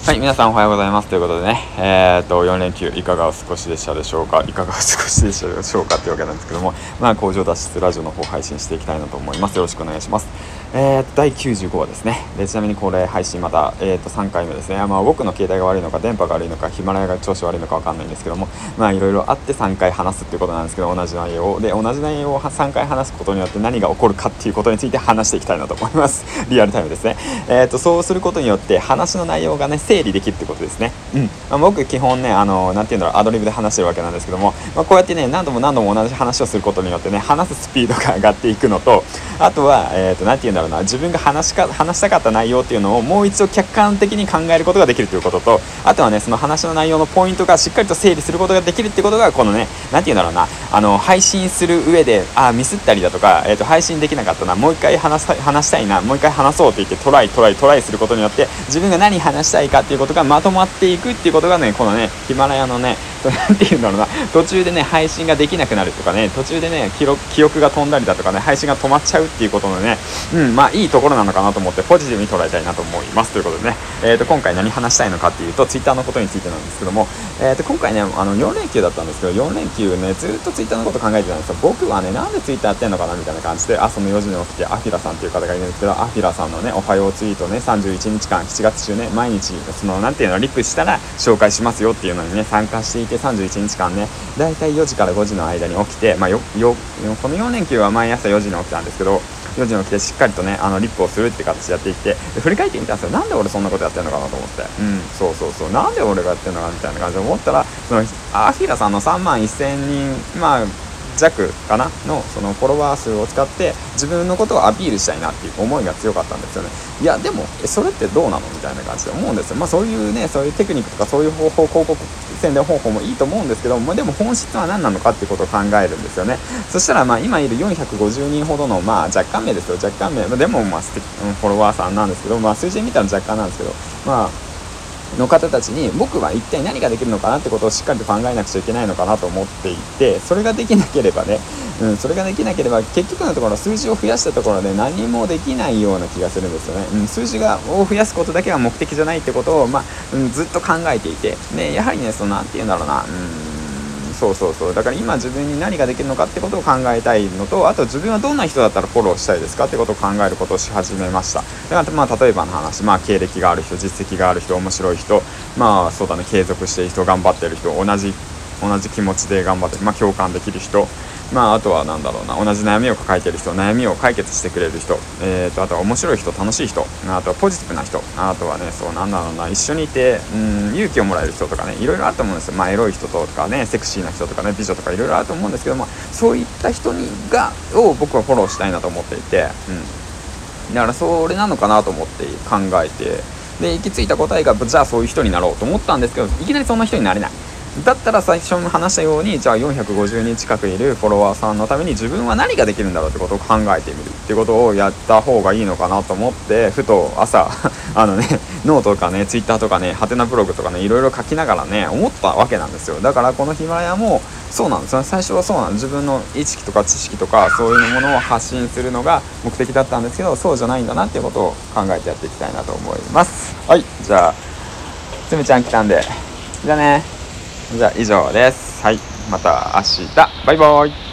はい、皆さんおはようございますということでね、4連休いかがお過ごしでしたでしょうかというわけなんですけども、工場脱出ラジオの方配信していきたいなと思います。よろしくお願いします。第95話ですね。でちなみにこれ配信また、3回目ですね。僕の携帯が悪いのか電波が悪いのかヒマラヤが調子悪いのか分かんないんですけども、いろいろあって3回話すっていうことなんですけど、同じ内容を3回話すことによって何が起こるかっていうことについて話していきたいなと思います。リアルタイムですね。そうすることによって話の内容がね整理できるってことですね。僕基本ねなんていうんだろう、アドリブで話してるわけなんですけども、こうやってね何度も同じ話をすることによってね話すスピードが上がっていくのと、あとはなんていうんだろうな、自分が話したかった内容っていうのをもう一度客観的に考えることができるということと、あとはねその話の内容のポイントがしっかりと整理することができるってことが、このねなんていうんだろうな、配信する上でミスったりだとか、配信できなかったな、もう一回話したいな、もう一回話そうって言ってトライすることによって自分が何話したいかっていうことがまとまっていくっていうことがね、このねヒマラヤのねなんていうんだろうな、途中でね配信ができなくなるとかね、途中でね記憶が飛んだりだとかね、配信が止まっちゃうっていうことのね、いいところなのかなと思ってポジティブに捉えたいなと思いますということでね、今回何話したいのかっていうとツイッターのことについてなんですけども、今回ね4連休だったんですけど、4連休ねずっとツイッターのこと考えてたんですよ。僕はねなんでツイッターやってんのかなみたいな感じで、朝の4時に起きてアフィラさんっていう方がいるんですけど、アフィラさんのねおはようツイートね31日間7月中ね毎日そのなんていうのリップしたら紹介しますよっていうのにね参加していて、31日間ねだいたい4時から5時の間に起きて、この4連休は毎朝4時に起きたんですけど、4時に起きてしっかりとねリップをするって形でやっていって、振り返ってみたんですよ。なんで俺そんなことやってんのかなと思って、そうなんで俺がやってんのかなみたいな感じで思ったら、そのアフィラさんの3万1000人弱かなのそのフォロワー数を使って自分のことをアピールしたいなっていう思いが強かったんですよね。いやでもそれってどうなのみたいな感じで思うんですよ。そういうテクニックとかそういう方法、広告宣伝方法もいいと思うんですけども、でも本質は何なのかっていうことを考えるんですよね。そしたら今いる450人ほどの若干名ですよ、若干名でもフォロワーさんなんですけど、数字で見たら若干なんですけど、の方たちに僕は一体何ができるのかなってことをしっかりと考えなくちゃいけないのかなと思っていて、それができなければ結局のところ数字を増やしたところで何もできないような気がするんですよね。数字を増やすことだけが目的じゃないってことを、ずっと考えていて、でやはりねなんていうんだろうな、だから今自分に何ができるのかってことを考えたいのと、あと自分はどんな人だったらフォローしたいですかってことを考えることをし始めました。だから例えばの話、経歴がある人、実績がある人、面白い人、継続している人、頑張ってる人、同じ気持ちで頑張ってる、共感できる人、あとは同じ悩みを抱えている人、悩みを解決してくれる人、あとは面白い人、楽しい人、あとはポジティブな人、あとはね一緒にいて勇気をもらえる人とかね、いろいろあると思うんですよ。エロい人とかね、セクシーな人とかね、美女とかいろいろあると思うんですけども、そういった人を僕はフォローしたいなと思っていて、だからそれなのかなと思って考えて、で行き着いた答えがじゃあそういう人になろうと思ったんですけど、いきなりそんな人になれない。だったら最初に話したように、じゃあ450人近くいるフォロワーさんのために自分は何ができるんだろうってことを考えてみるっていうことをやった方がいいのかなと思って、ふと朝ノートとかね、ツイッターとかね、ハテナブログとかね、いろいろ書きながらね思ったわけなんですよ。だからこのヒマラヤもそうなんですよ。最初はそうなんです。自分の意識とか知識とかそういうものを発信するのが目的だったんですけど、そうじゃないんだなっていうことを考えてやっていきたいなと思います。はい、じゃあつむちゃん来たんで、じゃあね。じゃあ以上です。はい、また明日。バイバイ。